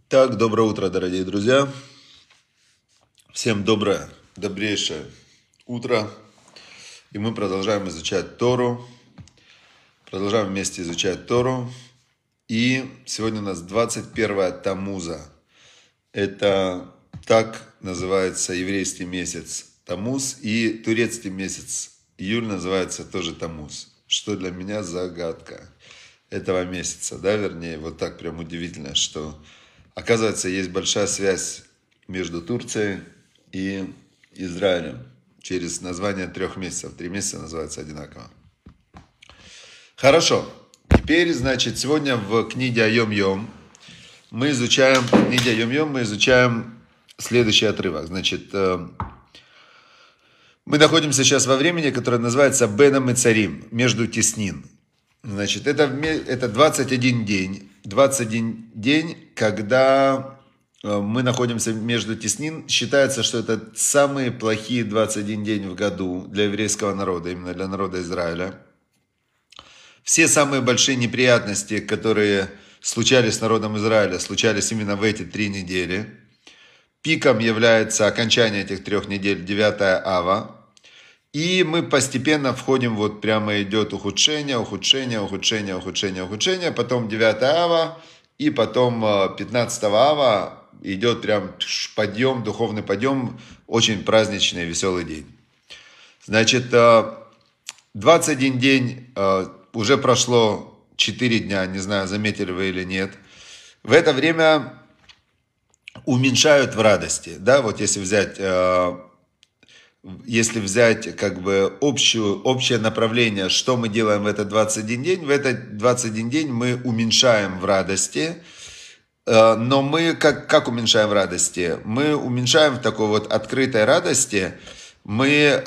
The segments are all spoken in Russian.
Так, доброе утро, дорогие друзья. Всем добрейшее утро. И мы продолжаем изучать Тору. Продолжаем вместе изучать Тору. И сегодня у нас 21 Тамуза. Это так называется еврейский месяц Тамуз. И турецкий месяц июль называется тоже Тамуз. Что для меня загадка этого месяца. Да, вернее, вот так прям удивительно, что оказывается есть большая связь между Турцией и Израилем через название 3 месяцев. 3 месяца называются одинаково. Хорошо. Теперь, значит, сегодня в книге Айом-Йом мы изучаем следующий отрывок. Значит, мы находимся сейчас во времени, которое называется Беном и Царим, между теснин. Значит, это 21 день. 21 день, когда мы находимся между теснин. Считается, что это самые плохие 21 день в году для еврейского народа, именно для народа Израиля. Все самые большие неприятности, которые случались с народом Израиля, случались именно в эти 3 недели. Пиком является окончание этих 3 недель, 9 ава. И мы постепенно входим, вот прямо идет ухудшение, потом 9 ава, и потом 15 ава идет прям подъем, духовный подъем, очень праздничный, веселый день. Значит, 21 день, уже прошло 4 дня, не знаю, заметили вы или нет. В это время уменьшают в радости, да, вот если взять как бы общее направление, что мы делаем в этот 21 день, в этот 21 день мы уменьшаем в радости, но мы как уменьшаем в радости? Мы уменьшаем в такой вот открытой радости, мы,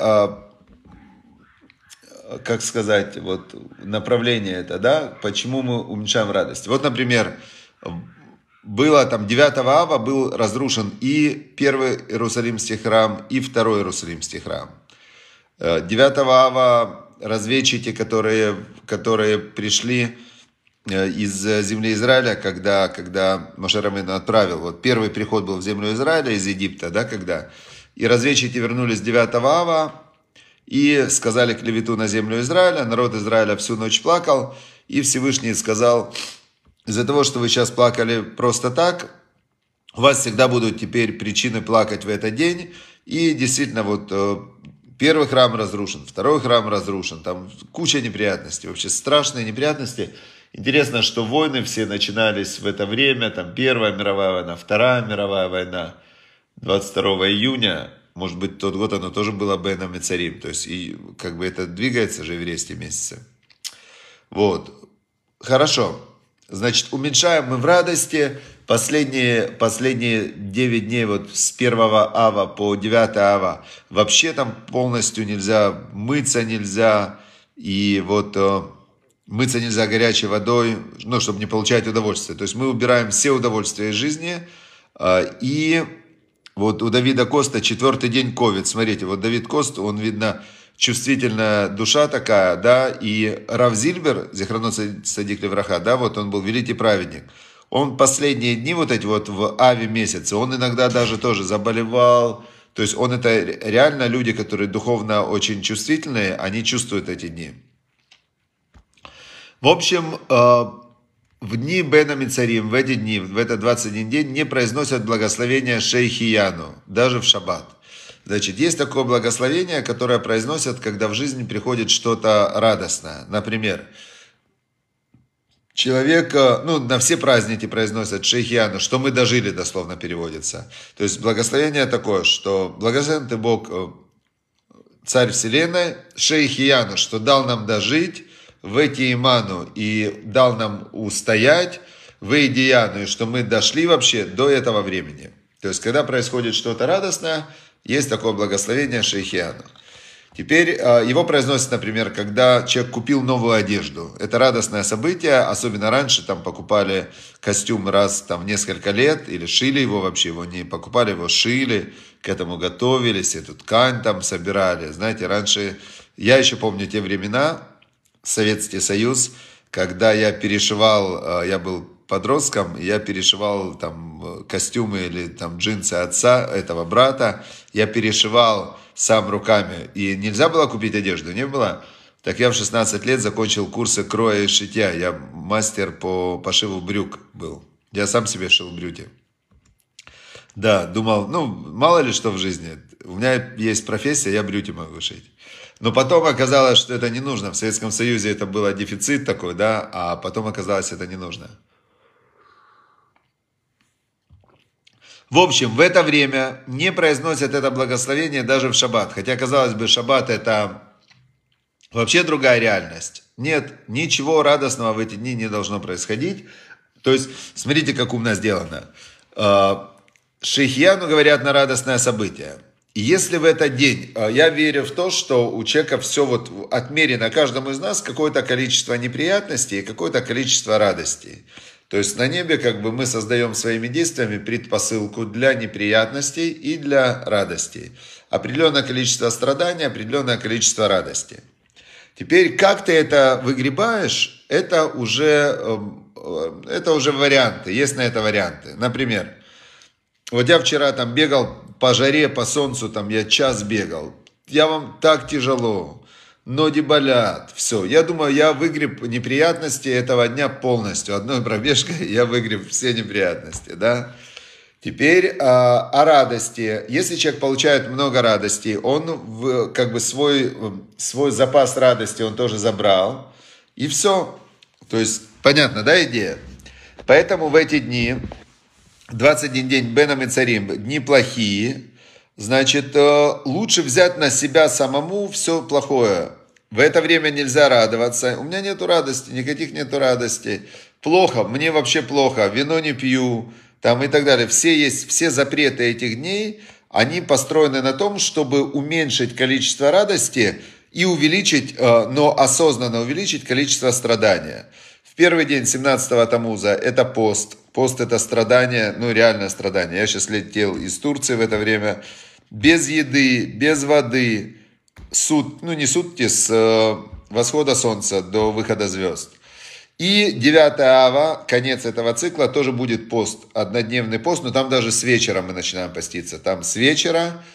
как сказать, вот направление это, да, почему мы уменьшаем в радости. Вот, например, было там 9 ава был разрушен и первый Иерусалимский храм, и второй Иерусалимский храм. 9 ава разведчики, которые пришли из земли Израиля, когда Моше Рабейну отправил. Вот первый приход был в землю Израиля из Египта, да, когда. И разведчики вернулись 9 ава и сказали клевету на землю Израиля. Народ Израиля всю ночь плакал, и Всевышний сказал: из-за того, что вы сейчас плакали просто так, у вас всегда будут теперь причины плакать в этот день. И действительно, вот первый храм разрушен, второй храм разрушен, там куча неприятностей, вообще страшные неприятности. Интересно, что войны все начинались в это время, там Первая мировая война, Вторая мировая война, 22 июня, может быть, тот год оно тоже было Беном и Царим, то есть и как бы это двигается же еврейские месяцы. Вот, хорошо. Значит, уменьшаем мы в радости. Последние 9 дней, вот с 1 ава по 9 ава, вообще там полностью нельзя, мыться нельзя. И вот мыться нельзя горячей водой, ну, чтобы не получать удовольствие. То есть мы убираем все удовольствия из жизни. И вот у Давида Коста 4-й день ковид. Смотрите, вот Давид Кост, он, видно, чувствительная душа такая, да, и Рав Зильбер, Зихронот Цадик Левраха, да, вот он был великий праведник. Он последние дни вот эти вот в аве месяце, он иногда даже тоже заболевал, то есть он это реально люди, которые духовно очень чувствительные, они чувствуют эти дни. В общем, в дни Беном и Царим, в эти дни, в этот 21 день не произносят благословения Шейхияну, даже в шаббат. Значит, есть такое благословение, которое произносят, когда в жизни приходит что-то радостное. Например, человек, ну, на все праздники произносят Шейхияну, что мы дожили, дословно переводится. То есть благословение такое, что благословен ты Бог, Царь Вселенной, Шейхияну, что дал нам дожить, в Этииману и дал нам устоять, в Эйдияну, и что мы дошли вообще до этого времени. То есть, когда происходит что-то радостное, есть такое благословение Шейхияну. Теперь его произносят, например, когда человек купил новую одежду. Это радостное событие, особенно раньше там покупали костюм раз там, в несколько лет, или шили его вообще, его не покупали, его шили, к этому готовились, эту ткань там собирали. Знаете, раньше, я еще помню те времена, Советский Союз, когда я перешивал, я был подростком, я перешивал там костюмы или там джинсы отца, этого брата, я перешивал сам руками. И нельзя было купить одежду, не было. Так я в 16 лет закончил курсы кроя и шитья. Я мастер по пошиву брюк был. Я сам себе шил брюки. Да, думал, ну, мало ли что в жизни. У меня есть профессия, я брюки могу шить. Но потом оказалось, что это не нужно. В Советском Союзе это был дефицит такой, да, а потом оказалось, это не нужно. В общем, в это время не произносят это благословение даже в шаббат. Хотя, казалось бы, шаббат это вообще другая реальность. Нет, ничего радостного в эти дни не должно происходить. То есть, смотрите, как умно сделано. Шейхьяну говорят на радостное событие. И если в этот день, я верю в то, что у человека все вот отмерено каждому из нас какое-то количество неприятностей и какое-то количество радостей. То есть на небе как бы мы создаем своими действиями предпосылку для неприятностей и для радостей. Определенное количество страданий, определенное количество радости. Теперь как ты это выгребаешь, это уже варианты, есть на это варианты. Например, вот я вчера там бегал по жаре, по солнцу, там я час бегал. Вам так тяжело. Ноги болят, все. Я думаю, я выгреб неприятности этого дня полностью. Одной пробежкой я выгреб все неприятности, да. Теперь о радости. Если человек получает много радости, он как бы свой запас радости он тоже забрал. И все. То есть, понятно, да, идея? Поэтому в эти дни, 21 день Бен Амицарим, дни плохие. Значит, лучше взять на себя самому все плохое. В это время нельзя радоваться. У меня нету радости, никаких нету радости. Плохо, мне вообще плохо, вино не пью, там и так далее. Все запреты этих дней, они построены на том, чтобы уменьшить количество радости и увеличить, но осознанно увеличить количество страдания. В первый день 17-го Тамуза это пост. Пост это страдание, ну реальное страдание. Я сейчас летел из Турции в это время. Без еды, без воды. Не сутки с восхода солнца до выхода звезд. И 9 ава, конец этого цикла, тоже будет пост. Однодневный пост, но там даже с вечера мы начинаем поститься. Там с вечера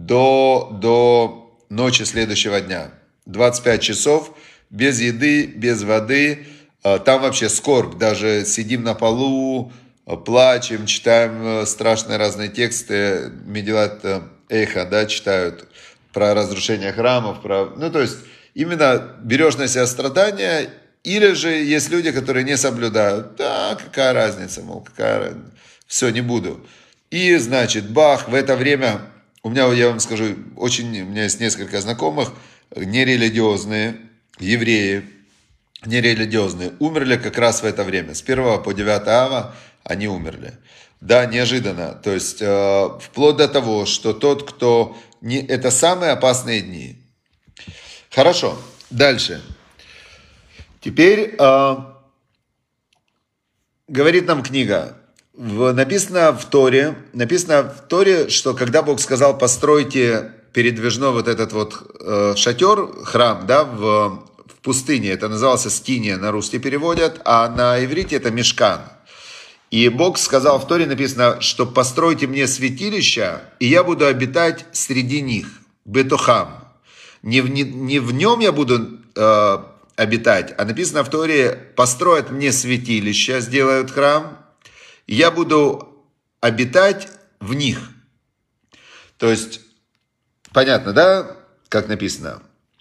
до ночи следующего дня. 25 часов, без еды, без воды. Там вообще скорбь, даже сидим на полу, плачем, читаем страшные разные тексты, Медилат Эйха, да, читают про разрушение храмов, то есть именно берешь на себя страдания, или же есть люди, которые не соблюдают, да, какая разница, мол, все, не буду. И, значит, бах, в это время, я вам скажу, у меня есть несколько знакомых, нерелигиозные, евреи, нерелигиозные, умерли как раз в это время. С 1 по 9 ава они умерли. Да, неожиданно. То есть, вплоть до того, что тот, кто... Это самые опасные дни. Хорошо, дальше. Теперь говорит нам книга. Написано в Торе, что когда Бог сказал, постройте передвижной вот этот вот шатер, храм, да, в пустыне, это назывался Скиния, на русский переводят, а на иврите это Мишкан. И Бог сказал, в Торе написано, что постройте мне святилище, и я буду обитать среди них, бетохам. Не в нем я буду обитать, а написано в Торе, построят мне святилище, сделают храм, и я буду обитать в них. То есть, понятно, да, как написано?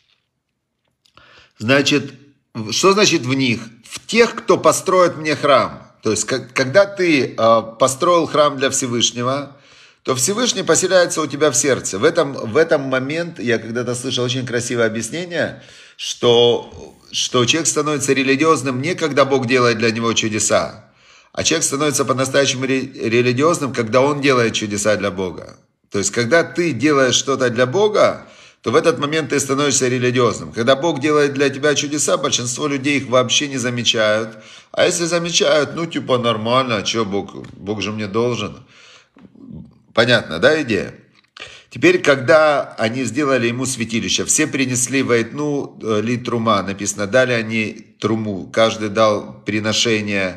Значит, что значит в них? В тех, кто построит мне храм. То есть, когда ты построил храм для Всевышнего, то Всевышний поселяется у тебя в сердце. В этом момент, я когда-то слышал очень красивое объяснение, что человек становится религиозным не когда Бог делает для него чудеса, а человек становится по-настоящему религиозным, когда он делает чудеса для Бога. То есть, когда ты делаешь что-то для Бога, то в этот момент ты становишься религиозным. Когда Бог делает для тебя чудеса, большинство людей их вообще не замечают. А если замечают, нормально, а что Бог же мне должен. Понятно, да, идея? Теперь, когда они сделали ему святилище, все принесли войну ли трума, написано, дали они труму, каждый дал приношение,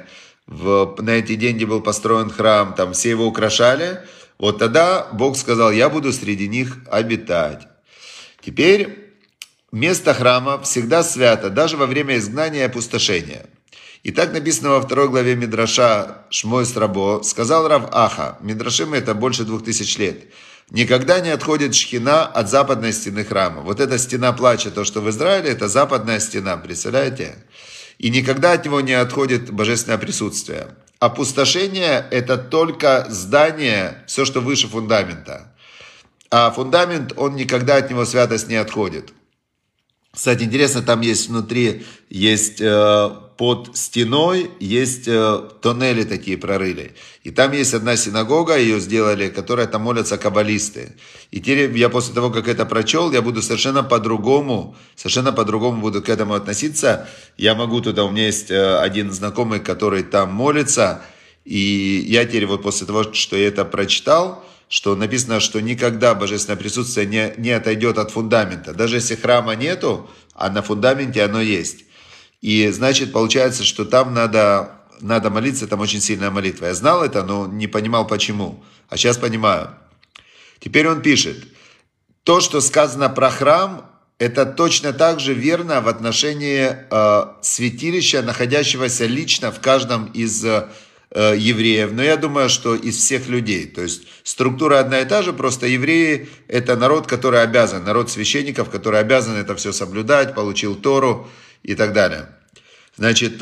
на эти деньги был построен храм, там все его украшали, вот тогда Бог сказал, я буду среди них обитать. Теперь место храма всегда свято, даже во время изгнания и опустошения. И так написано во 2 главе Мидраша Шмой Срабо, сказал Рав Аха, Мидрашим это больше 2000 лет, никогда не отходит шхина от западной стены храма. Вот эта стена плача, то, что в Израиле, это западная стена, представляете? И никогда от него не отходит божественное присутствие. Опустошение – это только здание, все, что выше фундамента. А фундамент, он никогда от него святость не отходит. Кстати, интересно, там есть внутри, есть под стеной, есть тоннели такие прорыли. И там есть одна синагога, ее сделали, которая там молятся каббалисты. И теперь я после того, как это прочел, я буду совершенно по-другому буду к этому относиться. Я могу туда, у меня есть один знакомый, который там молится, и я теперь вот после того, что я это прочитал, что написано, что никогда божественное присутствие не отойдет от фундамента. Даже если храма нету, а на фундаменте оно есть. И значит, получается, что там надо молиться, там очень сильная молитва. Я знал это, но не понимал почему. А сейчас понимаю. Теперь он пишет, то, что сказано про храм, это точно так же верно в отношении святилища, находящегося лично в каждом из евреев, но я думаю, что из всех людей. То есть структура одна и та же, просто евреи – это народ, который обязан, народ священников, который обязан это все соблюдать, получил Тору и так далее. Значит,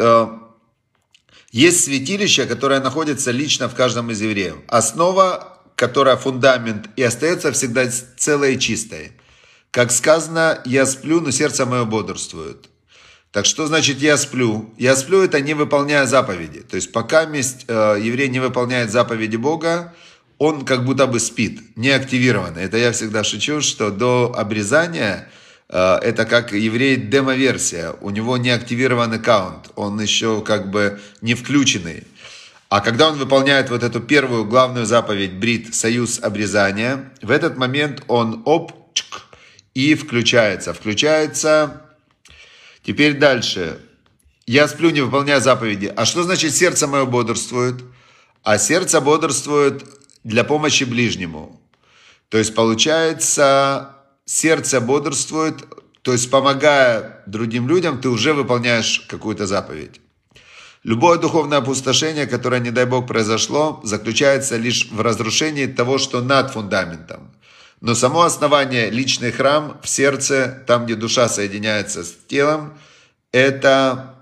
есть святилище, которое находится лично в каждом из евреев. Основа, которая фундамент, и остается всегда целой и чистой. Как сказано, я сплю, но сердце мое бодрствует. Так что значит я сплю? Я сплю это не выполняя заповеди. То есть пока еврей не выполняет заповеди Бога, он как будто бы спит, не активирован. Это я всегда шучу, что до обрезания это как еврей демо-версия. У него не активирован аккаунт, он еще как бы не включенный. А когда он выполняет вот эту первую главную заповедь брит, союз обрезания, в этот момент он и включается. Теперь дальше. Я сплю, не выполняя заповеди. А что значит сердце мое бодрствует? А сердце бодрствует для помощи ближнему. То есть получается, сердце бодрствует, то есть помогая другим людям, ты уже выполняешь какую-то заповедь. Любое духовное опустошение, которое, не дай Бог, произошло, заключается лишь в разрушении того, что над фундаментом. Но само основание, личный храм в сердце, там, где душа соединяется с телом, это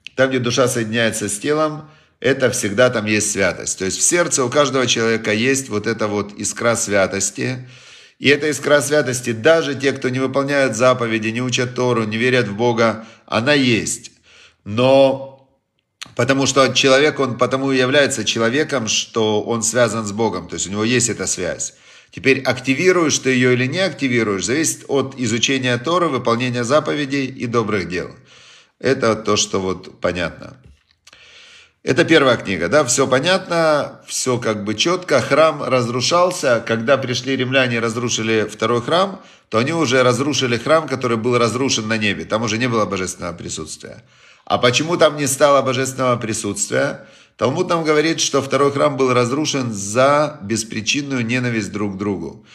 всегда там есть святость. То есть в сердце у каждого человека есть вот эта вот искра святости. И эта искра святости, даже те, кто не выполняют заповеди, не учат Тору, не верят в Бога, она есть. Но потому что человек, он потому и является человеком, что он связан с Богом. То есть у него есть эта связь. Теперь активируешь ты ее или не активируешь, зависит от изучения Торы, выполнения заповедей и добрых дел. Это то, что вот понятно. Это первая книга, да, все понятно, все как бы четко. Храм разрушался, когда пришли римляне и разрушили второй храм, то они уже разрушили храм, который был разрушен на небе. Там уже не было божественного присутствия. А почему там не стало божественного присутствия? Талмуд нам говорит, что второй храм был разрушен за беспричинную ненависть друг к другу.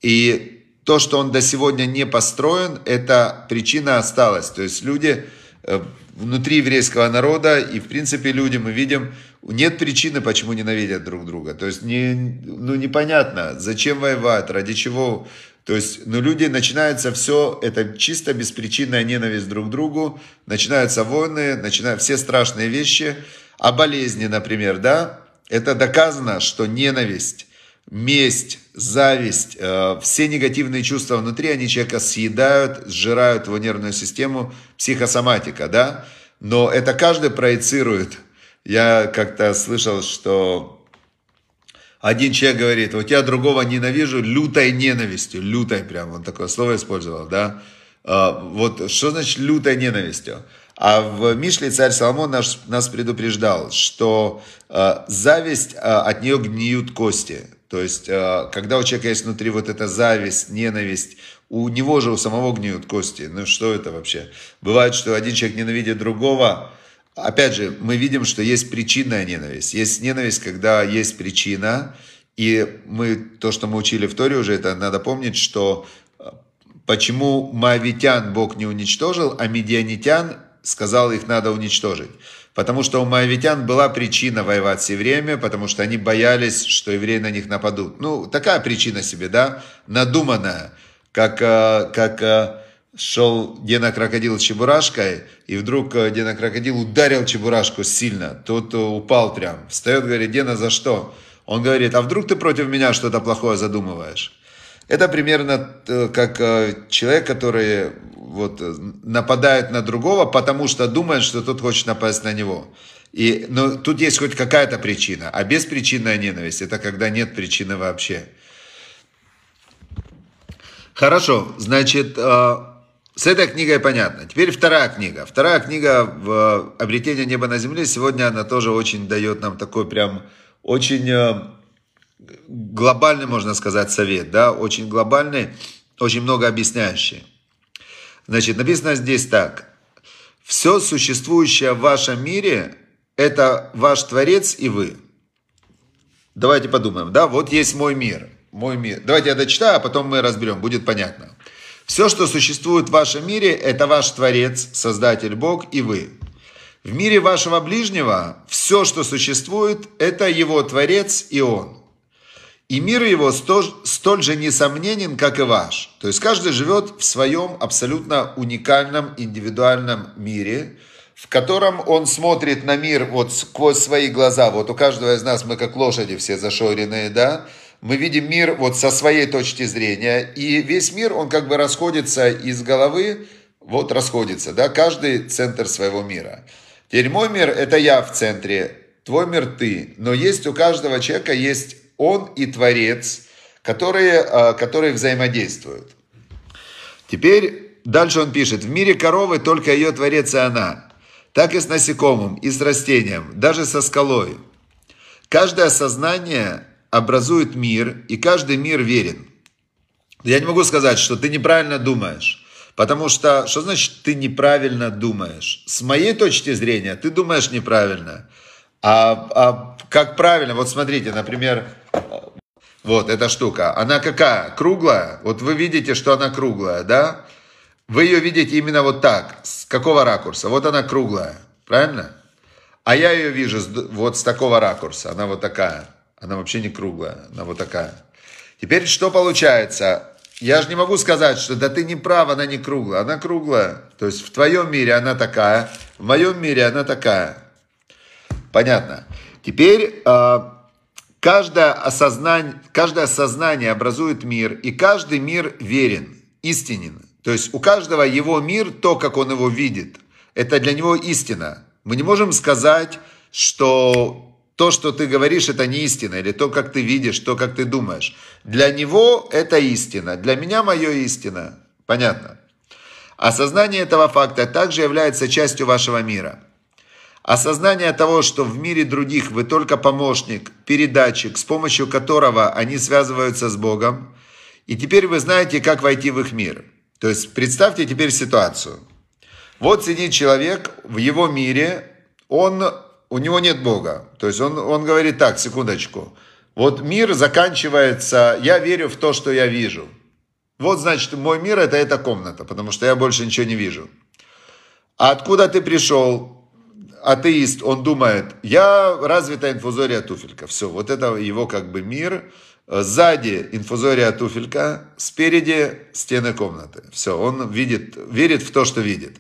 И то, что он до сегодня не построен, эта причина осталась. То есть люди внутри еврейского народа и в принципе люди, мы видим, нет причины, почему ненавидят друг друга. То есть непонятно, зачем воевать, ради чего. То есть, люди, начинается все, это чисто беспричинная ненависть друг к другу, начинаются войны, все страшные вещи. А болезни, например, да, это доказано, что ненависть, месть, зависть, все негативные чувства внутри, они человека съедают, сжирают его нервную систему, психосоматика, да, но это каждый проецирует. Я как-то слышал, что один человек говорит, вот я другого ненавижу лютой ненавистью, лютой прям, он такое слово использовал, да, вот что значит лютой ненавистью? А в Мишле царь Соломон нас предупреждал, что зависть, от нее гниют кости. То есть, когда у человека есть внутри вот эта зависть, ненависть, у него же у самого гниют кости. Ну что это вообще? Бывает, что один человек ненавидит другого, опять же, мы видим, что есть причинная ненависть. Есть ненависть, когда есть причина. И то, что мы учили в Торе уже, это надо помнить, что почему моавитян Бог не уничтожил, а медианитян сказал, их надо уничтожить. Потому что у моавитян была причина воевать с евреями, потому что они боялись, что евреи на них нападут. Ну, такая причина себе, да, надуманная, как шел Гена-крокодил с Чебурашкой, и вдруг Гена-крокодил ударил Чебурашку сильно, тот упал прям, встает, говорит: Гена, за что? Он говорит: а вдруг ты против меня что-то плохое задумываешь? Это примерно как человек, который вот нападает на другого, потому что думает, что тот хочет напасть на него. Но тут есть хоть какая-то причина, а беспричинная ненависть — это когда нет причины вообще. Хорошо, значит, с этой книгой понятно. Теперь вторая книга. Вторая книга в «Обретение неба на земле». Сегодня она тоже очень дает нам такой прям очень глобальный, можно сказать, совет, да, очень глобальный, очень много объясняющий. Значит, написано здесь так: все существующее в вашем мире — это ваш Творец и вы. Давайте подумаем, да, вот есть мой мир. Давайте я дочитаю, а потом мы разберем, будет понятно. Все, что существует в вашем мире, это ваш Творец, Создатель Бог и вы. В мире вашего ближнего все, что существует, это его Творец и он. И мир его столь же несомненен, как и ваш. То есть каждый живет в своем абсолютно уникальном, индивидуальном мире, в котором он смотрит на мир вот сквозь свои глаза. Вот у каждого из нас мы как лошади все зашоренные, да? Мы видим мир вот со своей точки зрения. И весь мир, он как бы расходится из головы, вот расходится, да? Каждый центр своего мира. Теперь мой мир — это я в центре, твой мир — ты. Но есть у каждого человека есть он и Творец, которые взаимодействуют. Теперь дальше он пишет: в мире коровы только ее Творец и она. Так и с насекомым, и с растением, даже со скалой. Каждое сознание образует мир, и каждый мир верен. Я не могу сказать, что ты неправильно думаешь. Потому что значит ты неправильно думаешь? С моей точки зрения, ты думаешь неправильно. А как правильно? Вот смотрите, например, вот эта штука. Она какая? Круглая? Вот вы видите, что она круглая, да? Вы ее видите именно вот так. С какого ракурса? Вот она круглая, правильно? А я ее вижу вот с такого ракурса. Она вот такая. Она вообще не круглая, она вот такая. Теперь что получается? Я же не могу сказать, что да ты не прав, она не круглая. Она круглая. То есть в твоем мире она такая, в моем мире она такая. Понятно. Теперь каждое сознание образует мир, и каждый мир верен, истинен. То есть у каждого его мир, то, как он его видит, это для него истина. Мы не можем сказать, что то, что ты говоришь, это не истина, или то, как ты видишь, то, как ты думаешь. Для него это истина, для меня мое истина. Понятно. Осознание этого факта также является частью вашего мира. Осознание того, что в мире других вы только помощник, передатчик, с помощью которого они связываются с Богом, и теперь вы знаете, как войти в их мир. То есть представьте теперь ситуацию. Вот сидит человек в его мире, у него нет Бога. То есть он говорит так: секундочку, вот мир заканчивается, я верю в то, что я вижу. Вот значит, мой мир — это эта комната, потому что я больше ничего не вижу. А откуда ты пришел? Атеист, он думает: я развитая инфузория туфелька. Все, вот это его как бы мир. Сзади инфузория туфелька, спереди стены комнаты. Все, он верит в то, что видит.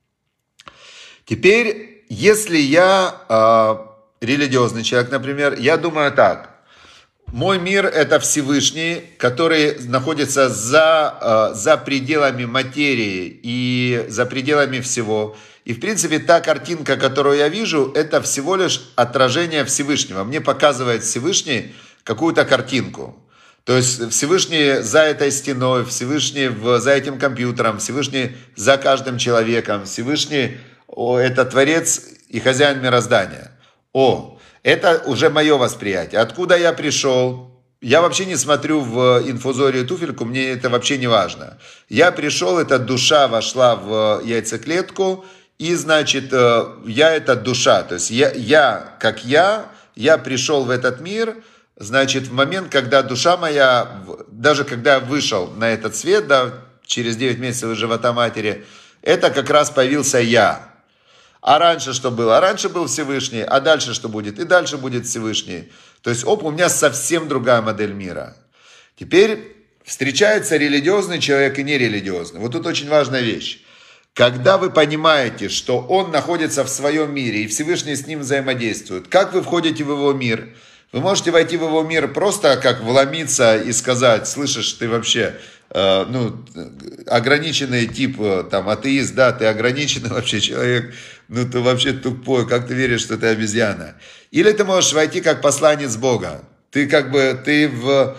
Теперь, если я религиозный человек, например, я думаю так: мой мир — это Всевышний, который находится за пределами материи и за пределами всего. И, в принципе, та картинка, которую я вижу, это всего лишь отражение Всевышнего. Мне показывает Всевышний какую-то картинку. То есть Всевышний за этой стеной, Всевышний за этим компьютером, Всевышний за каждым человеком, Всевышний — это Творец и хозяин мироздания. Это уже мое восприятие. Откуда я пришел? Я вообще не смотрю в инфузорию туфельку, мне это вообще не важно. Я пришел, эта душа вошла в яйцеклетку, и, значит, я это душа. То есть я пришел в этот мир, значит, в момент, когда душа моя, даже когда я вышел на этот свет, да, через 9 месяцев из живота матери, это как раз появился я. А раньше что было? А раньше был Всевышний, а дальше что будет? И дальше будет Всевышний. То есть, у меня совсем другая модель мира. Теперь встречается религиозный человек и нерелигиозный. Вот тут очень важная вещь. Когда вы понимаете, что он находится в своем мире, и Всевышний с ним взаимодействует, как вы входите в его мир? Вы можете войти в его мир просто как вломиться и сказать: слышишь, ты вообще ограниченный тип, там, атеист, да, ты ограниченный вообще человек, ты вообще тупой, как ты веришь, что ты обезьяна? Или ты можешь войти как посланец Бога. Ты в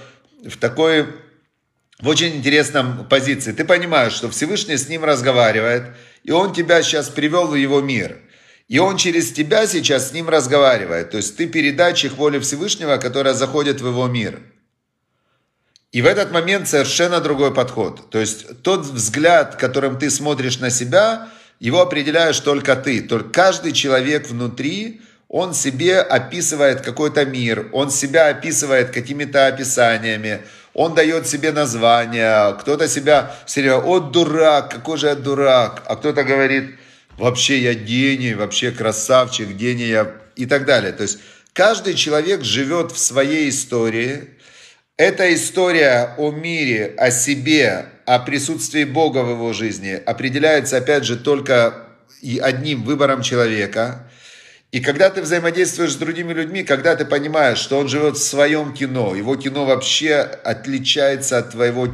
очень интересном позиции. Ты понимаешь, что Всевышний с ним разговаривает, и он тебя сейчас привел в его мир. И он через тебя сейчас с ним разговаривает. То есть ты передатчик воли Всевышнего, которая заходит в его мир. И в этот момент совершенно другой подход. То есть тот взгляд, которым ты смотришь на себя, его определяешь только ты. Только каждый человек внутри, он себе описывает какой-то мир, он себя описывает какими-то описаниями, он дает себе название, кто-то себя все время: о, дурак, какой же я дурак, а кто-то говорит: вообще я гений, вообще красавчик, гений я, и так далее. То есть каждый человек живет в своей истории. Эта история о мире, о себе, о присутствии Бога в его жизни определяется, опять же, только и одним выбором человека. И когда ты взаимодействуешь с другими людьми, когда ты понимаешь, что он живет в своем кино, его кино вообще отличается от твоего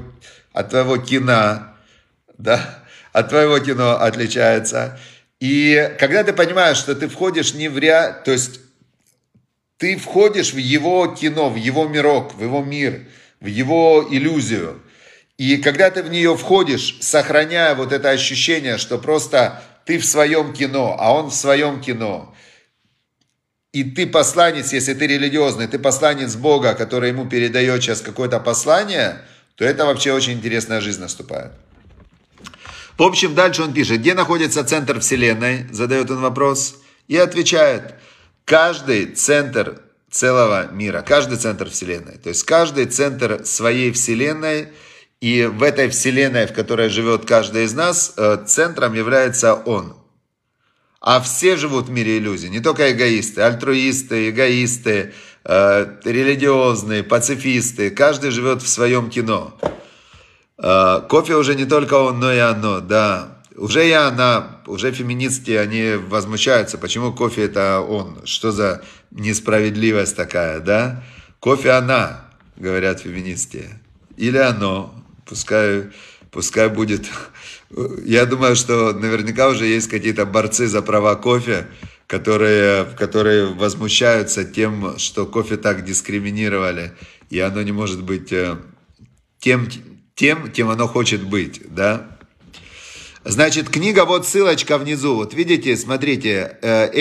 кино, да, от твоего кино отличается. И когда ты понимаешь, что ты входишь не в реальность, то есть ты входишь в его кино, в его мирок, в его мир, в его иллюзию. И когда ты в нее входишь, сохраняя вот это ощущение, что просто ты в своем кино, а он в своем кино, и ты посланец, если ты религиозный, ты посланец Бога, который ему передает сейчас какое-то послание, то это вообще очень интересная жизнь наступает. В общем, дальше он пишет: где находится центр Вселенной? Задает он вопрос и отвечает: каждый центр целого мира, каждый центр Вселенной, то есть каждый центр своей Вселенной, и в этой Вселенной, в которой живет каждый из нас, центром является он. А все живут в мире иллюзий, не только эгоисты, альтруисты, эгоисты, религиозные, пацифисты, каждый живет в своем кино. Кофе уже не только он, но и оно, да. Уже и она, уже феминистки, они возмущаются, почему кофе это он, что за несправедливость такая, да? Кофе она, говорят феминистки, или оно, пускай будет. Я думаю, что наверняка уже есть какие-то борцы за права кофе, которые возмущаются тем, что кофе так дискриминировали, и оно не может быть тем, кем оно хочет быть, да? Значит, книга, вот ссылочка внизу, вот видите, смотрите,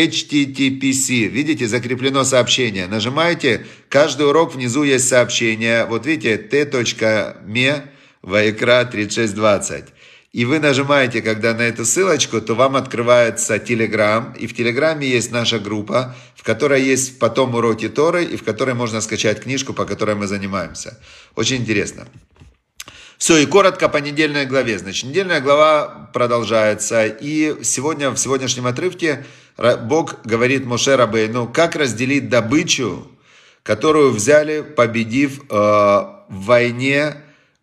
HTTPC, видите, закреплено сообщение. Нажимаете, каждый урок внизу есть сообщение, вот видите, t.me, Ваикра 3620. И вы нажимаете, когда на эту ссылочку, то вам открывается Telegram, и в Телеграме есть наша группа, в которой есть потом уроки Торы, и в которой можно скачать книжку, по которой мы занимаемся. Очень интересно. Все, и коротко по недельной главе. Значит, недельная глава продолжается, и сегодня, в сегодняшнем отрывке Бог говорит Моше Рабейну, как разделить добычу, которую взяли, победив в войне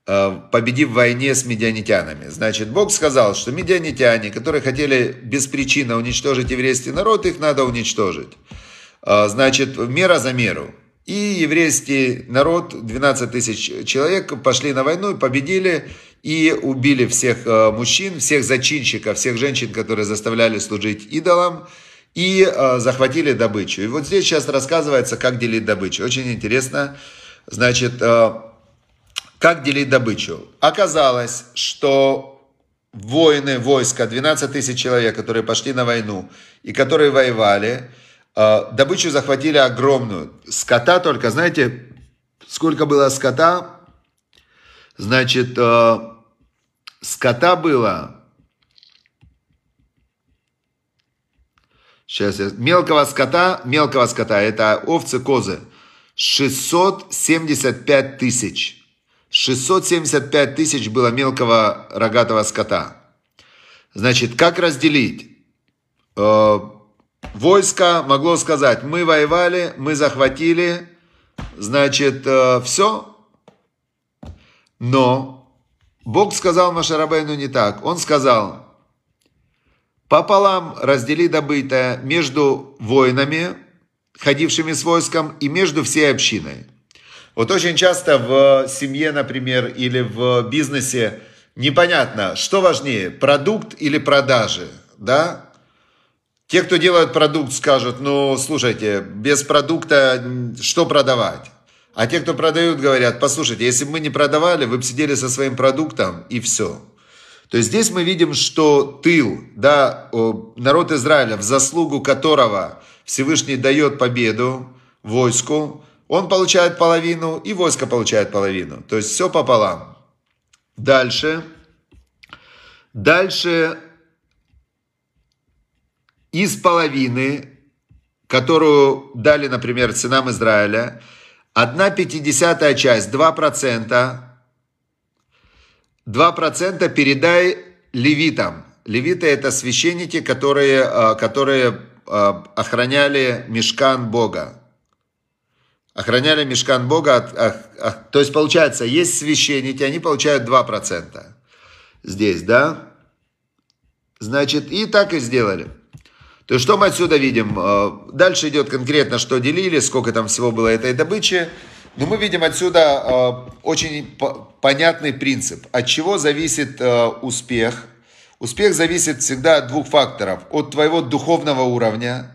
с медианитянами. Значит, Бог сказал, что медианитяне, которые хотели без причины уничтожить еврейский народ, их надо уничтожить. Значит, мера за меру. И еврейский народ, 12 тысяч человек, пошли на войну, победили и убили всех мужчин, всех зачинщиков, всех женщин, которые заставляли служить идолам, и захватили добычу. И вот здесь сейчас рассказывается, как делить добычу. Очень интересно. Значит, как делить добычу? Оказалось, что войска, 12 тысяч человек, которые пошли на войну и которые воевали, добычу захватили огромную. Скота только, знаете, сколько было скота? Значит, скота было Сейчас мелкого скота, это овцы, козы. 675 тысяч. 675 тысяч было мелкого рогатого скота. Значит, как разделить? Войско могло сказать, мы воевали, мы захватили, значит, все. Но Бог сказал Моше Рабейну не так. Он сказал, пополам раздели добытое между воинами, ходившими с войском, и между всей общиной. Вот очень часто в семье, например, или в бизнесе непонятно, что важнее, продукт или продажи, да? Те, кто делают продукт, скажут, ну, слушайте, без продукта что продавать? А те, кто продают, говорят, послушайте, если бы мы не продавали, вы бы сидели со своим продуктом и все. То есть здесь мы видим, что тыл, да, народ Израиля, в заслугу которого Всевышний дает победу войску, он получает половину, и войско получает половину. То есть все пополам. Дальше из половины, которую дали, например, сынам Израиля, 1/50 часть, 2%, 2% передай левитам. Левиты – это священники, которые охраняли мишкан Бога. Охраняли мишкан Бога. То есть, получается, есть священники, они получают 2%. Здесь, да? Значит, и так и сделали. То есть, что мы отсюда видим? Дальше идет конкретно, что делили, сколько там всего было этой добычи. Но мы видим отсюда очень понятный принцип. От чего зависит успех? Успех зависит всегда от двух факторов. От твоего духовного уровня,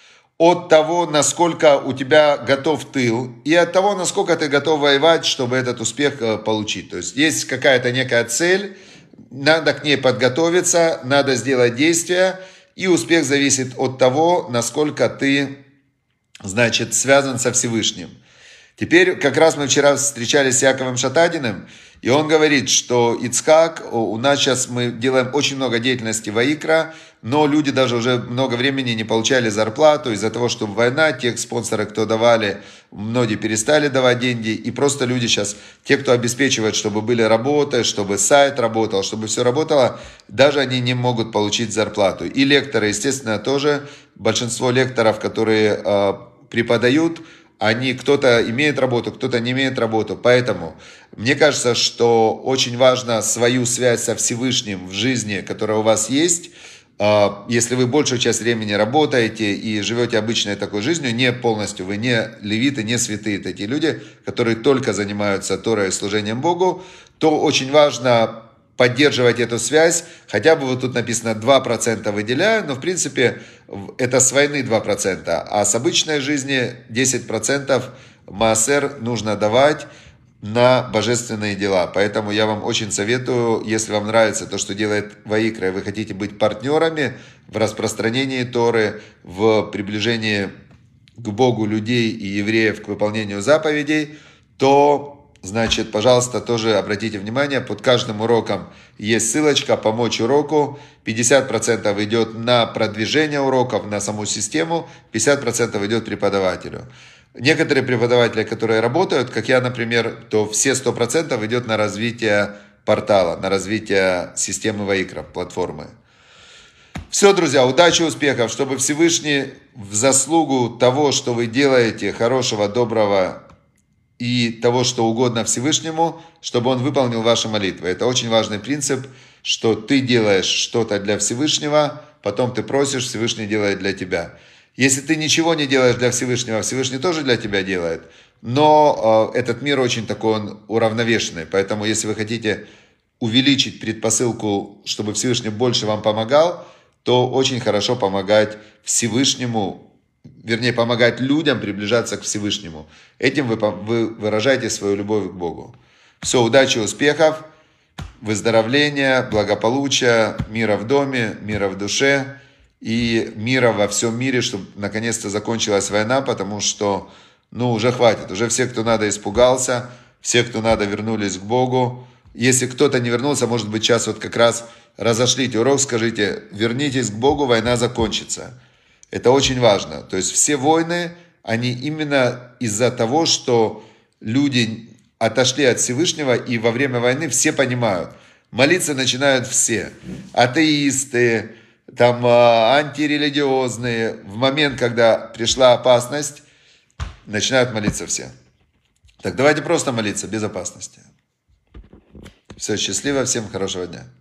от того, насколько у тебя готов тыл, и от того, насколько ты готов воевать, чтобы этот успех получить. То есть, есть какая-то некая цель, надо к ней подготовиться, надо сделать действия, и успех зависит от того, насколько ты, значит, связан со Всевышним. Теперь, как раз мы вчера встречались с Яковом Шатадиным, и он говорит, что Ицхак, у нас сейчас мы делаем очень много деятельности Ваикра, но люди даже уже много времени не получали зарплату из-за того, что война, тех спонсоры, кто давали, многие перестали давать деньги, и просто люди сейчас, те, кто обеспечивает, чтобы были работы, чтобы сайт работал, чтобы все работало, даже они не могут получить зарплату. И лекторы, естественно, тоже, большинство лекторов, которые преподают, они, кто-то имеет работу, кто-то не имеет работу. Поэтому мне кажется, что очень важно свою связь со Всевышним в жизни, которая у вас есть. Если вы большую часть времени работаете и живете обычной такой жизнью, не полностью, вы не левиты, не святые такие люди, которые только занимаются Торой и служением Богу, то очень важно поддерживать эту связь. Хотя бы вот тут написано 2% выделяю, но в принципе это с войны 2%, а с обычной жизни 10% маасер нужно давать на божественные дела. Поэтому я вам очень советую, если вам нравится то, что делает Ваикра, и вы хотите быть партнерами в распространении Торы, в приближении к Богу людей и евреев к выполнению заповедей, то, значит, пожалуйста, тоже обратите внимание, под каждым уроком есть ссылочка «Помочь уроку». 50% идет на продвижение уроков, на саму систему, 50% идет преподавателю. Некоторые преподаватели, которые работают, как я, например, то все 100% идет на развитие портала, на развитие системы Ваикра, платформы. Все, друзья, удачи, успехов, чтобы Всевышний в заслугу того, что вы делаете, хорошего, доброго и того, что угодно Всевышнему, чтобы Он выполнил ваши молитвы. Это очень важный принцип, что ты делаешь что-то для Всевышнего, потом ты просишь, Всевышний делает для тебя. Если ты ничего не делаешь для Всевышнего, Всевышний тоже для тебя делает. Но этот мир очень такой, он уравновешенный. Поэтому, если вы хотите увеличить предпосылку, чтобы Всевышний больше вам помогал, то очень хорошо помогать Всевышнему, вернее, помогать людям приближаться к Всевышнему. Этим вы выражаете свою любовь к Богу. Все, удачи, успехов, выздоровления, благополучия, мира в доме, мира в душе и мира во всем мире, чтобы наконец-то закончилась война, потому что, уже хватит. Уже все, кто надо, испугался, все, кто надо, вернулись к Богу. Если кто-то не вернулся, может быть, сейчас вот как раз разошлите урок, скажите, вернитесь к Богу, война закончится. Это очень важно. То есть все войны, они именно из-за того, что люди отошли от Всевышнего, и во время войны все понимают, молиться начинают все. Атеисты, там антирелигиозные. В момент, когда пришла опасность, начинают молиться все. Так давайте просто молиться без опасности. Все, счастливо, всем хорошего дня.